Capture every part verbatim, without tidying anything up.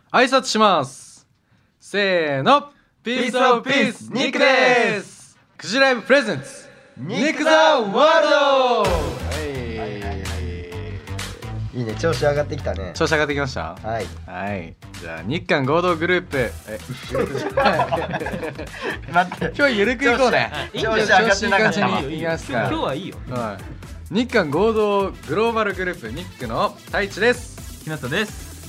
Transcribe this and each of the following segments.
挨拶します。せーの、ピースオブピースニックです。クジライブプレゼンツニックザワールド。 いいね、調子上がってきたね。 調子上がってきました。 はい、 はい、じゃあ日韓合同グループ、え待って、 今日ゆるくいこうね。 調子上がってなかった。 今日はいいよ、はい、日韓合同グローバルグループニックの太一です。 ひなたです。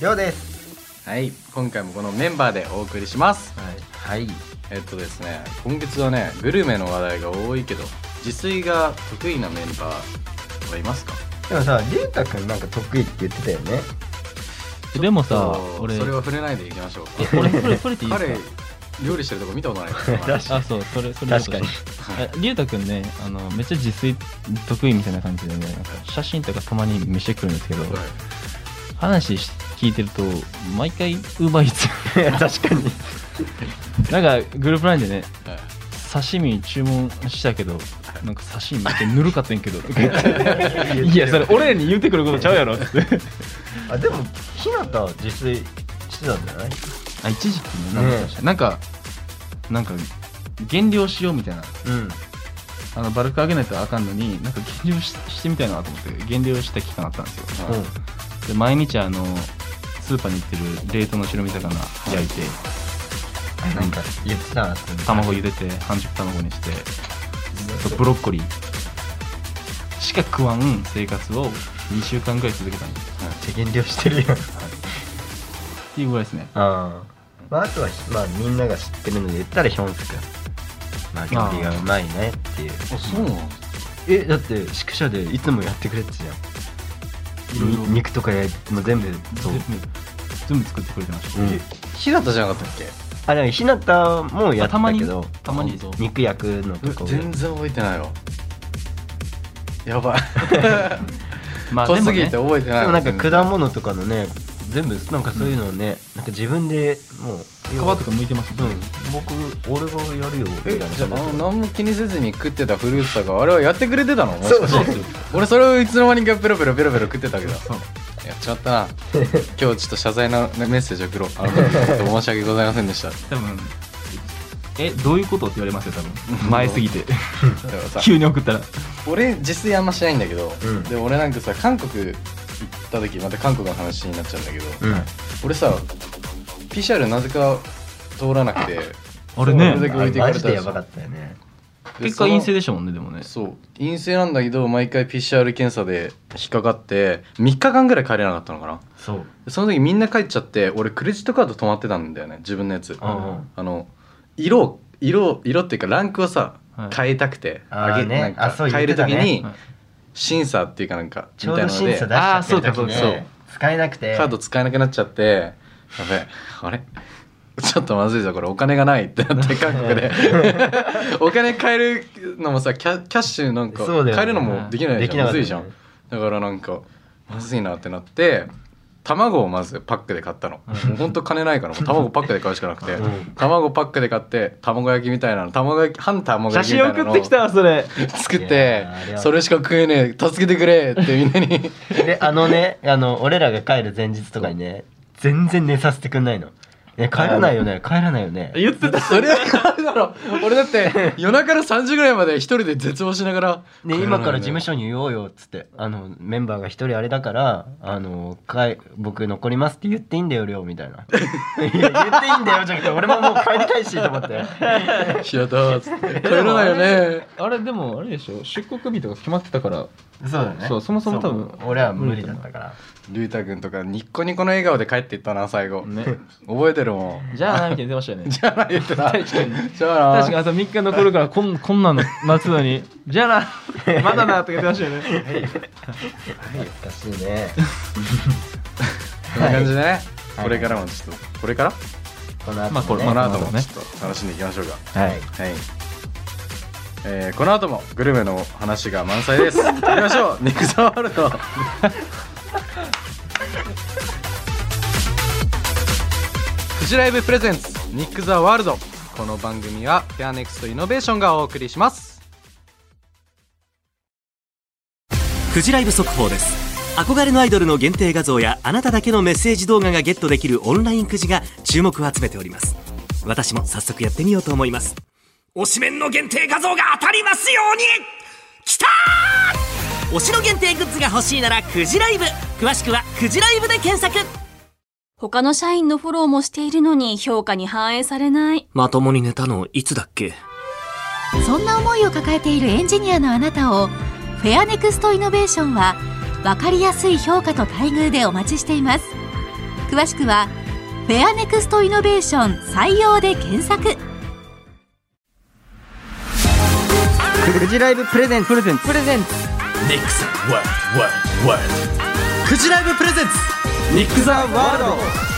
りょうです。 はい、今回もこのメンバーでお送りします。 はい、はい、 えっとですね、今月はねグルメの話題が多いけど、自炊が得意なメンバーはいますか？ でもさ、りゅうたくんなんか得意って言ってたよね。 でもさ、俺それは触れないでいきましょう。 俺これこれっていいですか？ 彼料理してるとこ見たことないあ、そう、それそれ確かに。 りゅうたくんね、あのめっちゃ自炊得意みたいな感じでね、なんか写真とかたまに見せてくるんですけど、はい、話聞いてると毎回ウーバーイーツ確かになんかグループラインでね、 はい、 刺身注文したけど、なんか刺身めっちゃぬるかったんやけどいや、それ俺らに言ってくることちゃうやろってあ、でもひなた自炊してたんじゃない？ あ、一時期ね、なんか、ね、なんかなんか減量しようみたいな、うん、あのバルク上げないとあかんのに、なんか減量 し, してみたいなと思って減量した期間あったんですよ、うん、で毎日あのスーパーに行ってる冷凍の白身魚焼いて、 はい、なんか言ってたな、 卵茹でて半熟卵にして、あとブロッコリーしか食わん生活をにしゅうかんぐらい続けたんです。 めっちゃ減量してるやん、はい、 っていうぐらいですね。 あ、まあ、あとは、まあ、みんなが知ってるので言ったらヒョンスくん、まあ、料理がうまいねっていう。 あ、そうなの？ え、だって宿舎でいつもやってくれてたじゃん。肉とか焼いても全部そう全部作ってくれてました、うん、 ひなたじゃなかったっけ？ あ、でもひなたもやってたけど、 たまに肉焼くのとか全然覚えてないわ。やばいまあ濃すぎて覚えてない。 でもなんか果物とかのね、全部なんかそういうのをね、うん、なんか自分でもう皮とか剥いてますね、うん、 僕俺がやるよみたいな。 じゃあ何も気にせずに食ってたフルーツとかあれはやってくれてたの？ そうそう俺それをいつの間にかペロペロペロペロ食ってたけど、やっちまったな今日ちょっと謝罪のメッセージ送ろう。あの申し訳ございませんでした。 多分え、どういうことって言われますよ多分前すぎて急に送ったら。 俺自炊あんましないんだけど、うん、で俺なんかさ韓国行った時また韓国の話になっちゃうんだけど、うん、俺さ ピーシーアール なぜか通らなくて、 あれね、 マジでやばかったよね。 結果陰性でしたもんね。でもね、 そう陰性なんだけど毎回 ピーシーアール 検査で引っかかってみっかかんぐらい帰れなかったのかな。 そうその時みんな帰っちゃって、俺クレジットカード止まってたんだよね、自分のやつ。 うん、 あの色色色っていうかランクをさ、はい、変えたくてあげ、ね、なんか変える時に審査っていうかなんかちょうど審査出しちゃってる時ね、そう使えなくてカード使えなくなっちゃって、やべあれちょっとまずいぞこれ、お金がないってなって韓国でお金変えるのもさ、キャ、キャッシュなんか変えるのもできないじゃん、まずいじゃん。だからなんかまずいなってなって、卵をまずパックで買ったの。もうほんと金ないからもう卵パックで買うしかなくて、うん、卵パックで買って卵焼きみたいなの、卵焼き半卵焼きみたいなの写真送ってきたわそれ作って、それしか食えねえ助けてくれってみんなにで、あのね、あの俺らが帰る前日とかにね、全然寝させてくんないの。え、帰らないよね、帰らないよね言ってた。 それは帰るだろ俺だって夜中のさんじぐらいまで一人で絶望しながら、 ね、今から事務所に言おうよっつって、あのメンバーが一人あれだからあの帰僕残りますって言っていいんだよ亮みたいな。いや言っていいんだよじゃなくて、俺ももう帰りたいしと思ってしやだっつって帰らないよね。 あれでもあれでしょ、出国日とか決まってたから。 そうだね。 そう、そもそも多分俺は無理だったから。 りゅうたくんとかニッコニコの笑顔で帰っていったな最後、ね、覚えてるもん。 じゃあなみたいに言ってましたよね。 じゃあな言ってた。確かにじゃあな、確かにあとみっか残るからこん、こんなの待つのにじゃあなまだなとか言ってましたよね。はい、 難しいね。 こんな感じでね、 はい、 これからもちょっとこれからこの後も、ね、 まあ、この後もちょっと楽しんでいきましょうか。 はい、 はい、えー、この後もグルメの話が満載です。行きましょうニックザワールドフジライブプレゼンツニックザワールド。この番組はフェアネクストイノベーションがお送りします。 フジライブ速報です。 憧れのアイドルの限定画像やあなただけのメッセージ動画がゲットできるオンラインくじが注目を集めております。私も早速やってみようと思います。推しメンの限定画像が当たりますように。きたー！推しの限定グッズが欲しいならくじライブ。詳しくはくじライブで検索。 他の社員のフォローもしているのに評価に反映されない。 まともに寝たのいつだっけ？ そんな思いを抱えているエンジニアのあなたをフェアネクストイノベーションは分かりやすい評価と待遇でお待ちしています。詳しくはフェアネクストイノベーション採用で検索。 くじライブプレゼンツプレゼンツプレゼンツニックザワールドワールドワールドくじライブプレゼンツニックザワールド。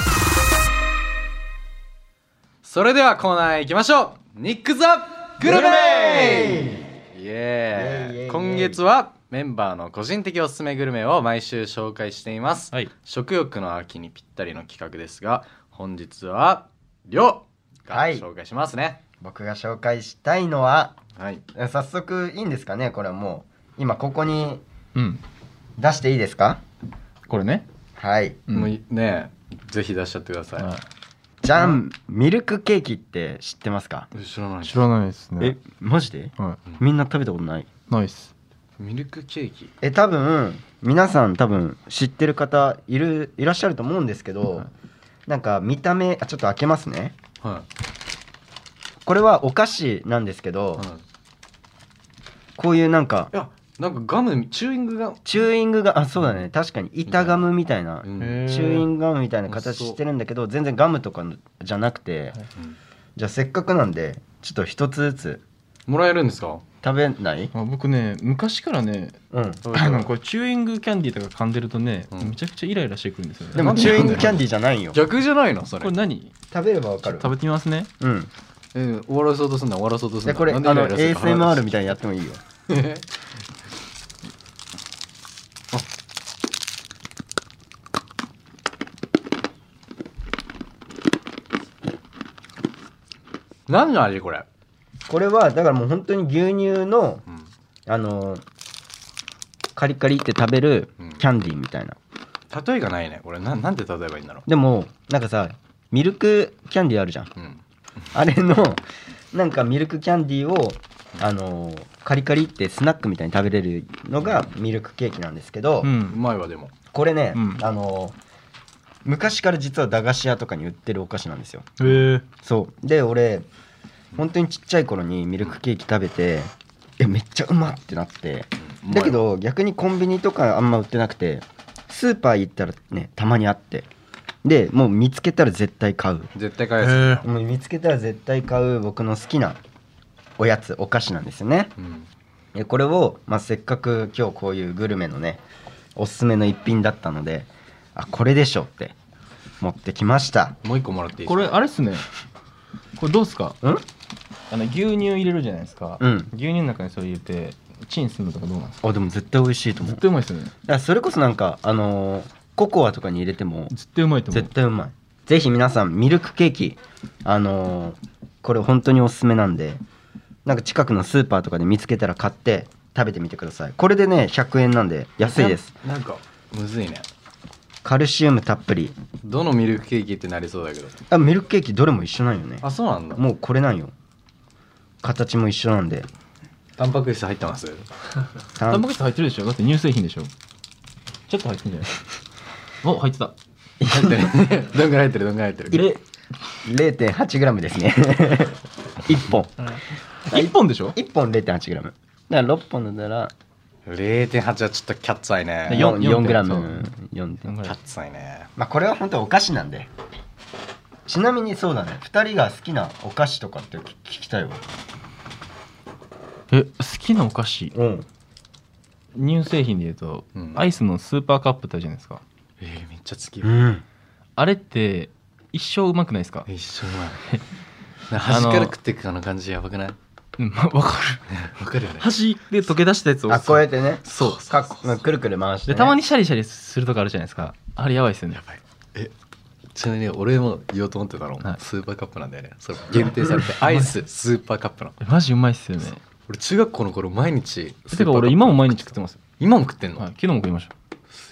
それではコーナーへ行きましょう。ニックザグルメイエーイ。今月はメンバーの個人的おすすめグルメを毎週紹介しています、はい、食欲の秋にぴったりの企画ですが、本日はりょうが紹介しますね、はい、 僕が紹介したいのは、 はい、 早速いいんですかね。これはもう今ここに出していいですか、 うん、これね。 はい、 うん、もうねぜひ出しちゃってください、はい。 じゃん、ミルクケーキって知ってますか？ 知らない。 知らないですね。 え、マジで？ はい、 みんな食べたことない？ ないっす。 ミルクケーキ、 え、多分皆さん多分知ってる方いるいらっしゃると思うんですけど、はい、なんか見た目、あ、ちょっと開けますね、 はい、 これはお菓子なんですけど、はい、こういうなんかいやなんかガム、チューイングガムチューイングが、あ、そうだね、確かに板ガムみたいな、うん、チューイングガムみたいな形してるんだけど、全然ガムとかじゃなくて、はい、じゃあせっかくなんでちょっと一つずつもらえるんですか？ 食べない？ あ、僕ね昔からね、うん、これチューイングキャンディーとか噛んでるとね、うん、めちゃくちゃイライラしてくるんですよね。 でもチューイングキャンディーじゃないよ。 逆じゃないのそれ？ これ何？ 食べればわかる。 食べてみますね。 うん。 えー、終わらそうとすんな終わらそうとすんな。 これあの エーエスエムアール みたいにやってもいいよ。 何の味これ？ これはだからもう本当に牛乳の、うん、あのー、カリカリって食べるキャンディーみたいな、 うん、例えがないねこれ。 な, なんて例えばいいんだろう。 でもなんかさミルクキャンディーあるじゃん、うん、あれのなんかミルクキャンディーを、あのー、カリカリってスナックみたいに食べれるのがミルクケーキなんですけど、 うん、うまいわ。でもこれね、うん、あのー、昔から実は駄菓子屋とかに売ってるお菓子なんですよ。 へー。 そうで俺本当にちっちゃい頃にミルクケーキ食べて、えめっちゃうまってなって、だけど逆にコンビニとかあんま売ってなくて、スーパー行ったらねたまにあって、でもう見つけたら絶対買う。 絶対買うやつ。 もう見つけたら絶対買う僕の好きなおやつ、お菓子なんですよね、うん、でこれを、まあ、せっかく今日こういうグルメのねおすすめの一品だったので、あこれでしょって持ってきました。 もう一個もらっていいですか？ これあれっすね、これどうっすか？ んあの牛乳入れるじゃないですか、うん、牛乳の中にそれ入れてチンするのとかどうなんですか？ あでも絶対美味しいと思う。 絶対うまいですよね。 だからそれこそなんかあのー、ココアとかに入れても絶対うまいと思う。 絶対うまい。ぜひ皆さんミルクケーキ、あのー、これ本当におすすめなんで、なんか近くのスーパーとかで見つけたら買って食べてみてください。これでねひゃくえんなんで安いです。 な, なんかむずいね。 カルシウムたっぷり。 どのミルクケーキってなりそうだけど。 あミルクケーキどれも一緒なんよね。 あそうなんだ。 もうこれなんよ。形も一緒なんで。 タンパク質入ってます？ タンパク質入ってるでしょ。だって乳製品でしょ。ちょっと入ってんじゃない？お入ってた。 入ってる。どんぐらい入ってるどんぐらい入ってる。 れいてんはちグラム ですね。いっぽん。 いっぽんでしょ。 いっぽん れいてんはちグラム。だからろっぽんだったられいてんはち はちょっとキャッツアイね。 よんグラム。よんてんキャッツアイね。 まあこれは本当お菓子なんで。ちなみにそうだね、ふたりが好きなお菓子とかって聞きたいわ。 え好きなお菓子、 うん、 乳製品でいうと、うん、アイスのスーパーカップってあるじゃないですか。 えー、めっちゃ好き、 うん、 あれって一生うまくないですか？ 一生うまい。端から食っていくあの感じやばくない？ うん、ま、分かる。 分かるよね。 端で溶け出したやつをあこうやってね、 そうかくるくる回して、ね、 でたまにシャリシャリするとかあるじゃないですか。あれやばいですよね。 やばい。えちなみに俺も言おうと思ってたの、はい、スーパーカップなんだよね。それ限定されてアイススーパーカップのマジうまいっすよね。 俺中学校の頃毎日てか俺今も毎日食ってますよ。 今も食ってんの？ はい、昨日も食いました。 すげえ。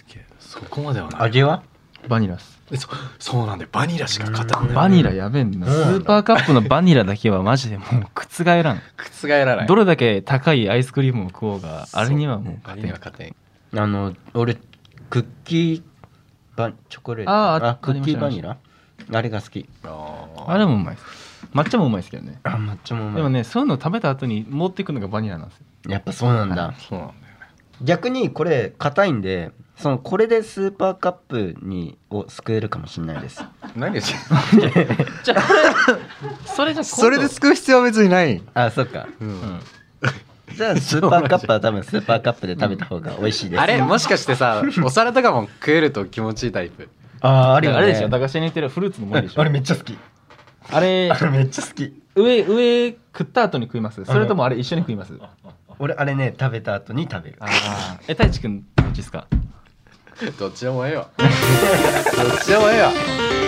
そこまではない。 味はバニラっす。 えそそうなんだよ、バニラしか勝たんない。 バニラやべえんだ。スーパーカップのバニラだけはマジでもう覆らん。 覆らない。 どれだけ高いアイスクリームを食おうが、あれにはもうバニラ勝てん。 あの俺クッキーバチョコレートあーあクッキーバニラあれが好き。 ああれもうまいです。抹茶もうまいですけどね。 あ抹茶もうまい。 でもね、そういうの食べた後に持っていくのがバニラなんですよ。 やっぱそうなんだ。 そうなんだよね。 逆にこれ硬いんで、そのこれでスーパーカップにを救えるかもしれないです。 何でしじゃあこれそれじゃそれで救う必要は別にない。 あ、そっか。 うんうんじゃあスーパーカップは多分スーパーカップで食べた方が美味しいです。 あれもしかしてさ、お皿とかも食えると気持ちいいタイプ。 あーあるよね。 あれでしょ、駄菓子に似てるフルーツの森でしょ。 あれめっちゃ好き。 あれあれめっちゃ好き。 上上食った後に食います？それともあれ一緒に食います？ 俺あれね食べた後に食べる。 ああ。え、太一くんどっちですか？ どっちでもええわ。どっちでもええわ。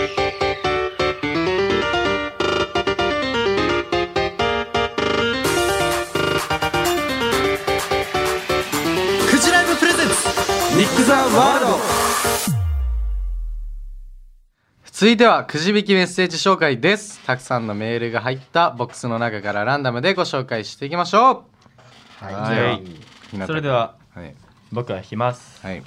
フジライブプレゼンツニック・ザ・ワールド。 続いてはくじ引きメッセージ紹介です。たくさんのメールが入ったボックスの中からランダムでご紹介していきましょう。 はい。 はいじゃあそれでははい僕は引きます。 はい。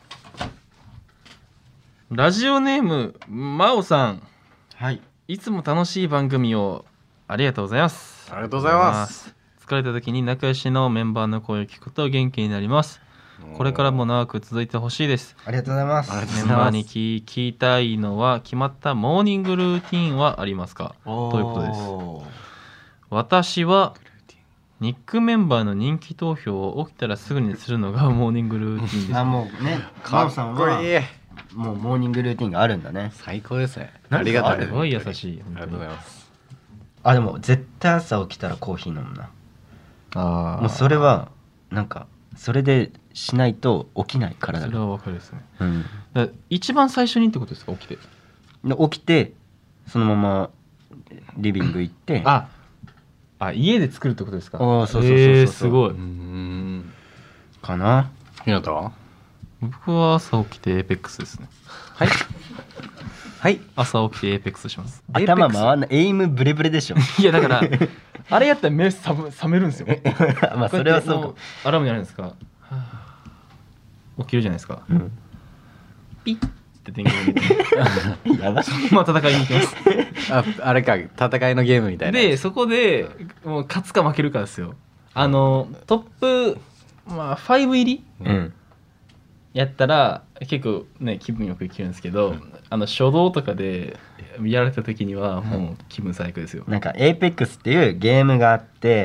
ラジオネームまおさん、 はい。 いつも楽しい番組をありがとうございます。 ありがとうございます。 疲れた時に仲良しのメンバーの声を聞くと元気になります。これからも長く続いてほしいです。 ありがとうございます。 メンバーに聞聞きたいのは決まったモーニングルーティンはありますか？ということです。私はニックメンバーの人気投票を起きたらすぐにするのがモーニングルーティンです。 あ、もうね、 かっマオさんこはいい。 もうモーニングルーティンがあるんだね。 最高ですね。 なんかありがたい。 すごい優しい。 ありがとうございます。 あ、でも絶対朝起きたらコーヒー飲むな。 ああ。 もうそれはなんかそれでしないと起きない体が。 それはわかるですね。 うん。 だから一番最初にってことですか？起きて。 で起きてそのままリビング行って。 あ、あ、家で作るってことですか？ ああ、そうそうそうそう。 えー、すごい。 うーん。 かな。 ひなたは？ 僕は朝起きてエーペックスですね。 はい。はい。 朝起きてエーペックスします。 頭回んない。エイムブレブレでしょ。 いやだからあれやったら目覚め覚めるんですよ。 まあそれはそうかも。 アラームになるんですか？はあ起きるじゃないですか。 うん。 ピッって電源入れてやばい。 まあ戦いに行きます。 あ、あれか、戦いのゲームみたいな。 でそこでもう勝つか負けるかですよ。あのトップまあファイブ入りうん。 やったら結構ね気分よく生きるんですけど、あの初動とかでやられた時にはもう気分最悪ですよ。 なんかエイペックスっていうゲームがあって、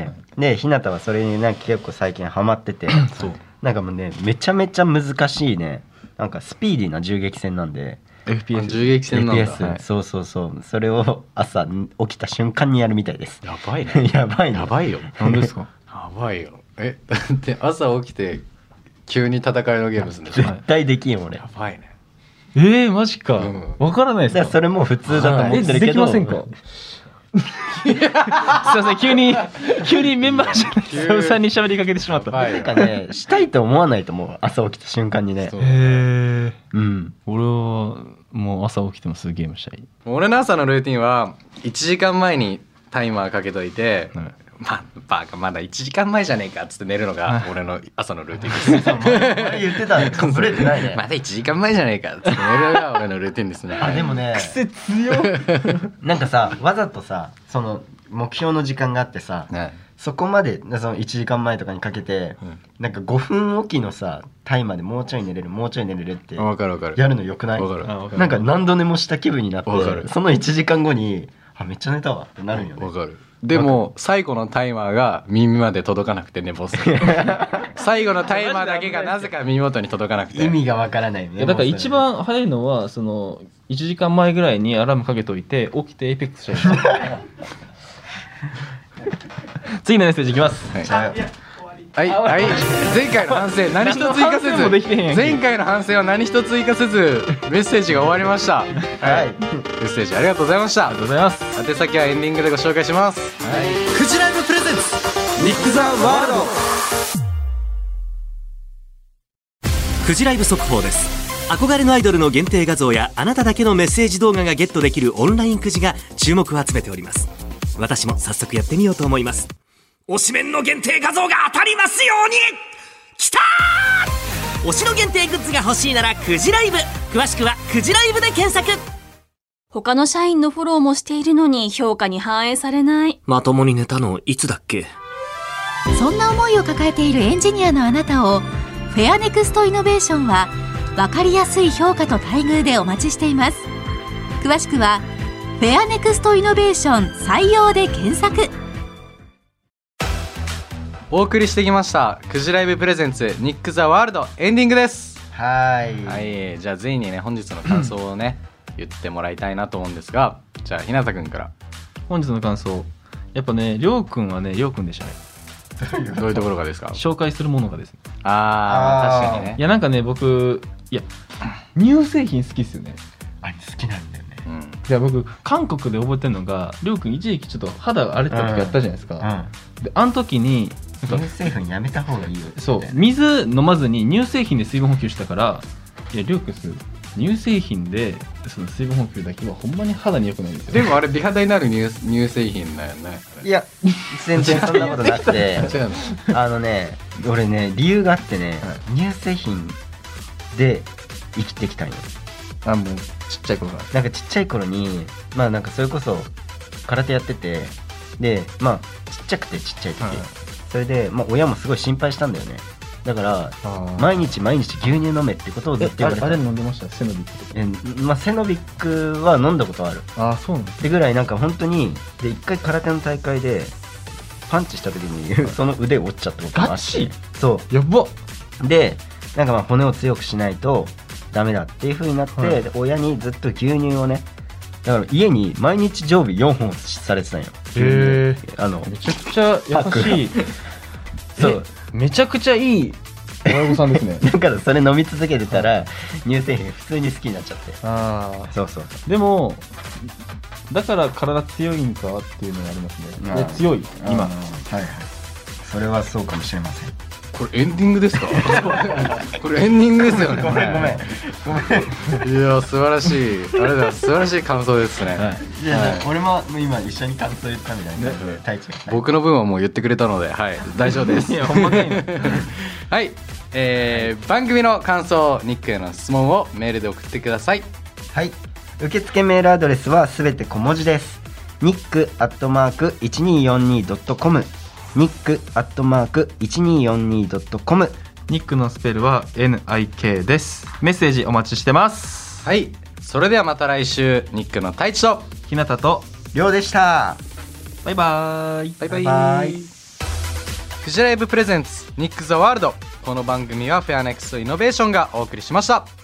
でひなたはそれになんか結構最近ハマってて、 そうなんかもうねめちゃめちゃ難しいね。なんかスピーディーな銃撃戦なんで。 エフピーエス銃撃戦なんだ。 エフピーエス、 はいそうそうそう。それを朝起きた瞬間にやるみたいです。 やばいね。 やばいね。 やばいよ。 何ですか？ やばいよ。え、だって朝起きて急に戦いのゲームするんでしょ。 絶対できんよ俺。 やばいね。 えー、マジか。 うんわからないですか？ だからそれも普通だと思えってるけど。 できませんか？すいません急に急にメンバーじゃない急サウさんに喋りかけてしまった。 やばいなんかねしたいと思わないと思う。朝起きた瞬間にね。 そうへえ。 うん。 俺はもう朝起きてもすぐゲームしたい。 俺の朝のルーティンはいちじかんまえにタイマーかけといて、 はいまあバカまだいちじかんまえじゃねえかっつって寝るのが俺の朝のルーティンです。 前言ってたね。ブレてないね。 まだいちじかんまえじゃねえかっつって寝るのが俺のルーティンですね。 あでもね癖強い。 なんかさわざとさその目標の時間があってさ、 ね、 そこまでそのいちじかんまえとかにかけて、 うんなんかごふんおきのさタイマーでもうちょい寝れるもうちょい寝れるってわかるわかる。 やるのよくない？ わかるあわかるなんか何度寝もした気分になってわかるそのいちじかんごにあめっちゃ寝たわってなるんよね。 わかる。でも最後のタイマーが耳まで届かなくて寝坊する。最後のタイマーだけがなぜか耳元に届かなくて。 意味がわからないね。 だから一番早いのはそのいちじかんまえぐらいにアラームかけといて起きてエイペックスしちゃいます。次のメッセージいきます。 はいはい、はい、前回の反省何一つ追加せ反省もできてへんやんずけ前回の反省は何一つ追加せずメッセージが終わりました。はい、 はいメッセージありがとうございました。 ありがとうございます。 宛先はエンディングでご紹介します。 フジライブプレゼンツニック・ザ・ワールド。フジライブ速報です。 憧れのアイドルの限定画像やあなただけのメッセージ動画がゲットできるオンラインくじが注目を集めております。私も早速やってみようと思います。推しメンの限定画像が当たりますように。きたー！推しの限定グッズが欲しいならくじライブ。詳しくはくじライブで検索。 他の社員のフォローもしているのに評価に反映されない。 まともに寝たのいつだっけ。 そんな思いを抱えているエンジニアのあなたをフェアネクストイノベーションは分かりやすい評価と待遇でお待ちしています。詳しくはフェアネクストイノベーション採用で検索。 お送りしてきましたくじライブプレゼンツニック・ザ・ワールドエンディングです。 はいはい、じゃあ全員にね本日の感想をね言ってもらいたいなと思うんですが、じゃあ日向くんから。 本日の感想、やっぱねりょうくんはねりょうくんでしたね。 どういうところがですか。 紹介するものがですね。 あー確かにね。 いやなんかね僕いや乳製品好きっすよね。 あれ好きなんだよね。 うん、 いや僕韓国で覚えてるのがりょうくん一時期ちょっと肌荒れてた時あったじゃないですか、うん、であの時に乳製品やめた方がいいよって。 そう水飲まずに乳製品で水分補給したから、いやりょうくん乳製品でその水分補給だけはほんまに肌に良くないんですよ。 でもあれ美肌になる 乳, 乳製品だよね。 いや全然そんなことなくてあのね俺ね理由があってね、はい、乳製品で生きてきたんよ。 あもうちっちゃい頃からなんかちっちゃい頃にまあなんかそれこそ空手やってて、でまあちっちゃくてちっちゃい時、はい、それで、まあ、親もすごい心配したんだよね。だから毎日毎日牛乳飲めってことをずっと言われた。 あれ飲んでました？セノビックとか。 え、まあ、セノビックは飲んだことある。 あ、そうなんですでぐらいなんか本当にで一回空手の大会でパンチした時にその腕を折っちゃったことがあって。そうやばでなんかまあ骨を強くしないとダメだっていう風になって、はい、親にずっと牛乳をね、だから家に毎日常備よんほんされてたんよ。 へえ。 あのめちゃくちゃ優しいそうめちゃくちゃいい親御さんですね。 だからそれ飲み続けてたら乳製品普通に好きになっちゃって。 ああそうそうそう。 でもだから体強いんかっていうのがありますね。いや強い今。はいはい。 それはそうかもしれません。 これエンディングですか。これエンディングですよね。 ごめんごめんごめん。 いや素晴らしい、ありがとうございます。素晴らしい感想ですね。はい、 いや、はい、俺も今一緒に感想言ったみたいな、ね、タイチが僕の分はもう言ってくれたので、はい大丈夫です。いやほんまかいな。はい、えー、番組の感想、ニックへの質問をメールで送ってください。 はい、受付メールアドレスはすべて小文字です。ニックアットマーク いちにーよんにードットコム ニックアットマーク いちにーよんにードットコム。 ニックのスペルは エヌアイケー です。メッセージお待ちしてます。 はい、それではまた来週。ニックの太一と日向とりょうでした。 バイバーイバイバイバイ。フジライブプレゼンツニック・ザ・ワールド。この番組はフェアネクストイノベーションがお送りしました。